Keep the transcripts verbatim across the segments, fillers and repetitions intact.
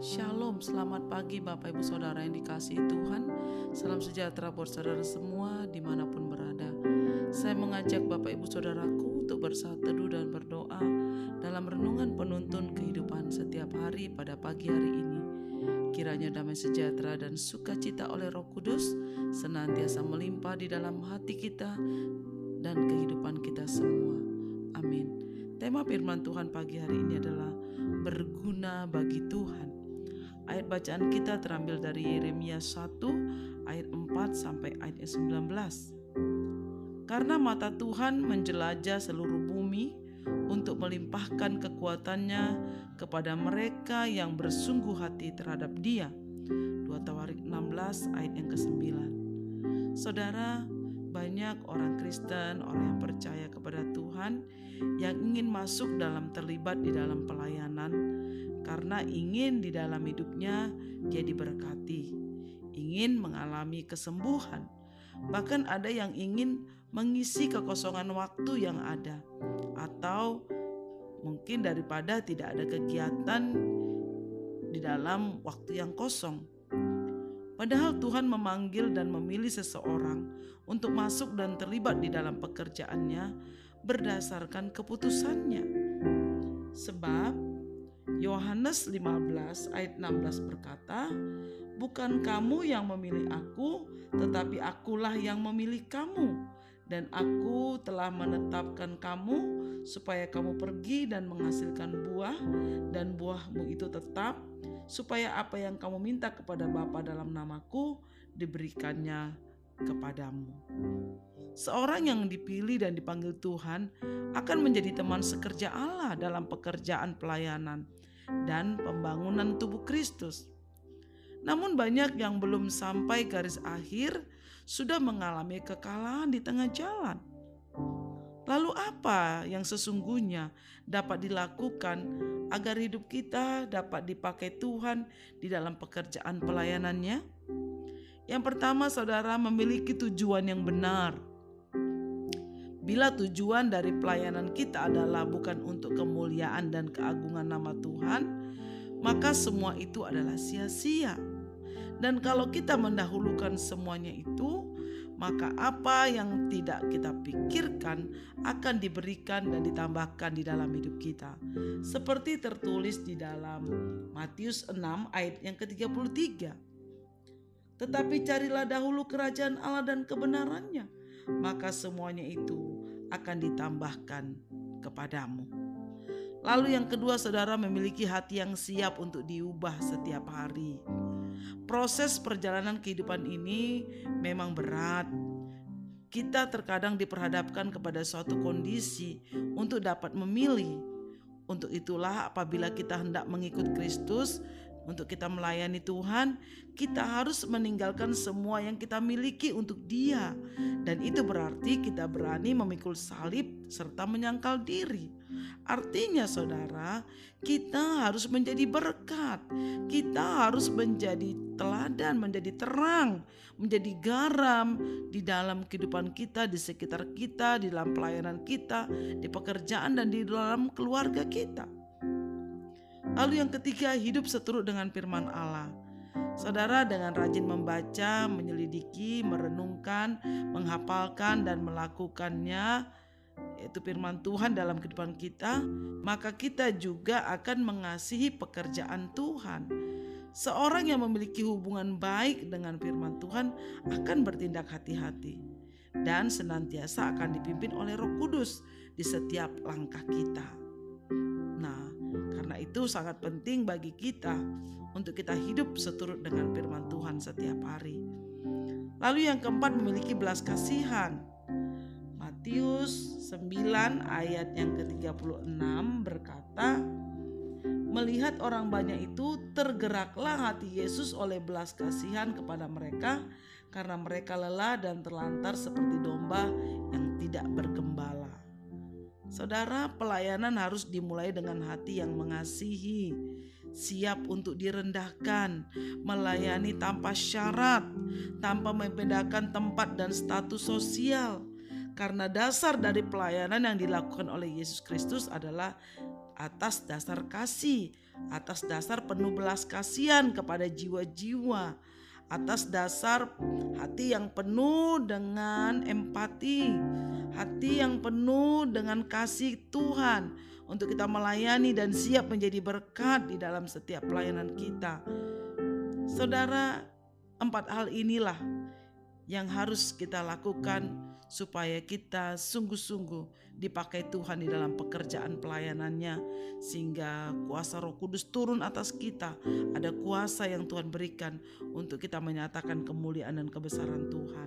Shalom, selamat pagi Bapak Ibu Saudara yang dikasihi Tuhan. Salam sejahtera buat saudara semua dimanapun berada. Saya mengajak Bapak Ibu Saudaraku untuk bersaat teduh dan berdoa dalam renungan penuntun kehidupan setiap hari pada pagi hari ini. Kiranya damai sejahtera dan sukacita oleh Roh Kudus senantiasa melimpah di dalam hati kita dan kehidupan kita semua. Amin. Tema firman Tuhan pagi hari ini adalah berguna bagi Tuhan. Ayat bacaan kita terambil dari Yeremia satu ayat empat sampai ayat sembilan belas. Karena mata Tuhan menjelajah seluruh bumi untuk melimpahkan kekuatannya kepada mereka yang bersungguh hati terhadap Dia. dua Tawarik enam belas ayat yang kesembilan. Saudara, banyak orang Kristen, orang yang percaya kepada Tuhan yang ingin masuk dalam terlibat di dalam pelayanan karena ingin di dalam hidupnya dia diberkati, ingin mengalami kesembuhan. Bahkan ada yang ingin mengisi kekosongan waktu yang ada, atau mungkin daripada tidak ada kegiatan di dalam waktu yang kosong. Padahal Tuhan memanggil dan memilih seseorang untuk masuk dan terlibat di dalam pekerjaannya berdasarkan keputusannya. Sebab Yohanes lima belas ayat enam belas berkata, "Bukan kamu yang memilih aku, tetapi akulah yang memilih kamu. Dan aku telah menetapkan kamu supaya kamu pergi dan menghasilkan buah, dan buahmu itu tetap, supaya apa yang kamu minta kepada Bapa dalam namaku diberikannya kepadamu." Seorang yang dipilih dan dipanggil Tuhan akan menjadi teman sekerja Allah dalam pekerjaan pelayanan dan pembangunan tubuh Kristus. Namun banyak yang belum sampai garis akhir sudah mengalami kekalahan di tengah jalan. Lalu apa yang sesungguhnya dapat dilakukan agar hidup kita dapat dipakai Tuhan di dalam pekerjaan pelayanannya? Yang pertama, saudara, memiliki tujuan yang benar. Bila tujuan dari pelayanan kita adalah bukan untuk kemuliaan dan keagungan nama Tuhan, maka semua itu adalah sia-sia. Dan kalau kita mendahulukan semuanya itu, maka apa yang tidak kita pikirkan akan diberikan dan ditambahkan di dalam hidup kita. Seperti tertulis di dalam Matius enam ayat yang ke tiga puluh tiga. Tetapi carilah dahulu kerajaan Allah dan kebenarannya, maka semuanya itu akan ditambahkan kepadamu. Lalu yang kedua, saudara, memiliki hati yang siap untuk diubah setiap hari. Proses perjalanan kehidupan ini memang berat. Kita terkadang diperhadapkan kepada suatu kondisi untuk dapat memilih. Untuk itulah apabila kita hendak mengikut Kristus, untuk kita melayani Tuhan, kita harus meninggalkan semua yang kita miliki untuk Dia. Dan itu berarti kita berani memikul salib serta menyangkal diri. Artinya, saudara, kita harus menjadi berkat. Kita harus menjadi teladan, menjadi terang, menjadi garam di dalam kehidupan kita, di sekitar kita, di dalam pelayanan kita, di pekerjaan dan di dalam keluarga kita. Lalu yang ketiga, hidup seturut dengan firman Allah. Saudara, dengan rajin membaca, menyelidiki, merenungkan, menghafalkan dan melakukannya, yaitu firman Tuhan dalam kehidupan kita, maka kita juga akan mengasihi pekerjaan Tuhan. Seorang yang memiliki hubungan baik dengan firman Tuhan akan bertindak hati-hati dan senantiasa akan dipimpin oleh Roh Kudus di setiap langkah kita. Nah, karena itu sangat penting bagi kita untuk kita hidup seturut dengan firman Tuhan setiap hari. Lalu yang keempat, memiliki belas kasihan. Matius sembilan ayat yang ke tiga puluh enam berkata, "Melihat orang banyak itu, tergeraklah hati Yesus oleh belas kasihan kepada mereka, karena mereka lelah dan terlantar seperti domba yang tidak bergembala." Saudara, pelayanan harus dimulai dengan hati yang mengasihi, siap untuk direndahkan, melayani tanpa syarat, tanpa membedakan tempat dan status sosial. Karena dasar dari pelayanan yang dilakukan oleh Yesus Kristus adalah atas dasar kasih, atas dasar penuh belas kasihan kepada jiwa-jiwa, atas dasar hati yang penuh dengan empati, hati yang penuh dengan kasih Tuhan untuk kita melayani dan siap menjadi berkat di dalam setiap pelayanan kita. Saudara, empat hal inilah yang harus kita lakukan supaya kita sungguh-sungguh dipakai Tuhan di dalam pekerjaan pelayanannya, sehingga kuasa Roh Kudus turun atas kita. Ada kuasa yang Tuhan berikan untuk kita menyatakan kemuliaan dan kebesaran Tuhan.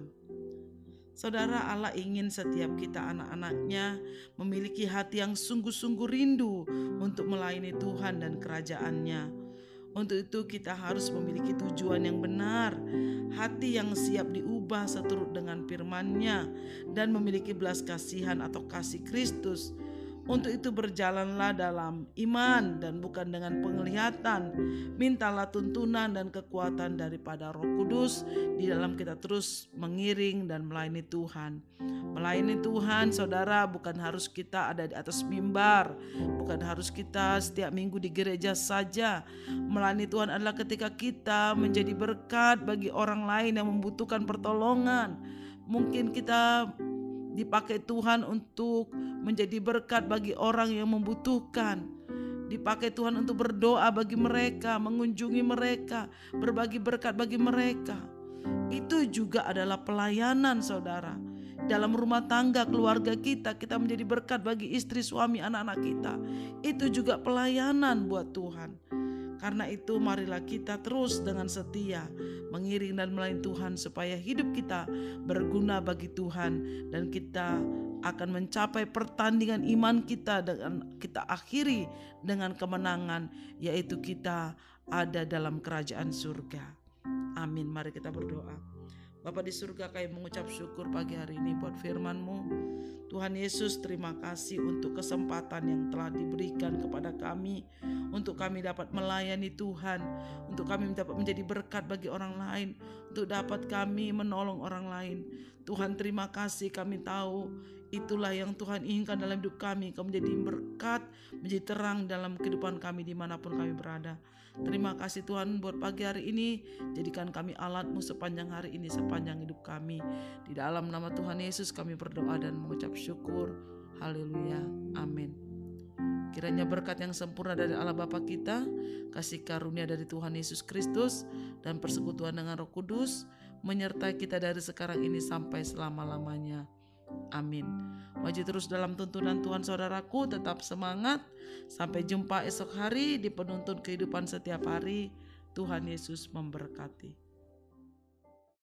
Saudara, Allah ingin setiap kita anak-anaknya memiliki hati yang sungguh-sungguh rindu untuk melayani Tuhan dan kerajaan-Nya. Untuk itu kita harus memiliki tujuan yang benar, hati yang siap diubah seturut dengan firman-Nya, dan memiliki belas kasihan atau kasih Kristus. Untuk itu berjalanlah dalam iman dan bukan dengan penglihatan. Mintalah tuntunan dan kekuatan daripada Roh Kudus di dalam kita terus mengiring dan melayani Tuhan. Melayani Tuhan, saudara, bukan harus kita ada di atas mimbar, bukan harus kita setiap minggu di gereja saja. Melayani Tuhan adalah ketika kita menjadi berkat bagi orang lain yang membutuhkan pertolongan. Mungkin kita dipakai Tuhan untuk menjadi berkat bagi orang yang membutuhkan. Dipakai Tuhan untuk berdoa bagi mereka, mengunjungi mereka, berbagi berkat bagi mereka. Itu juga adalah pelayanan, saudara. Dalam rumah tangga keluarga kita, kita menjadi berkat bagi istri, suami, anak-anak kita. Itu juga pelayanan buat Tuhan. Karena itu marilah kita terus dengan setia mengiring dan melayani Tuhan, supaya hidup kita berguna bagi Tuhan dan kita akan mencapai pertandingan iman kita dengan kita akhiri dengan kemenangan, yaitu kita ada dalam kerajaan surga. Amin. Mari kita berdoa. Bapa di surga, kami mengucap syukur pagi hari ini buat firman-Mu. Tuhan Yesus, terima kasih untuk kesempatan yang telah diberikan kepada kami, untuk kami dapat melayani Tuhan, untuk kami dapat menjadi berkat bagi orang lain, untuk dapat kami menolong orang lain. Tuhan, terima kasih, kami tahu itulah yang Tuhan inginkan dalam hidup kami. Kau menjadi berkat, menjadi terang dalam kehidupan kami dimanapun kami berada. Terima kasih Tuhan buat pagi hari ini. Jadikan kami alat-Mu sepanjang hari ini, sepanjang hidup kami. Di dalam nama Tuhan Yesus kami berdoa dan mengucap syukur. Haleluya. Amin. Kiranya berkat yang sempurna dari Allah Bapa kita, kasih karunia dari Tuhan Yesus Kristus, dan persekutuan dengan Roh Kudus menyertai kita dari sekarang ini sampai selama-lamanya. Amin. Maju terus dalam tuntunan Tuhan, saudaraku. Tetap semangat. Sampai jumpa esok hari di penuntun kehidupan setiap hari. Tuhan Yesus memberkati.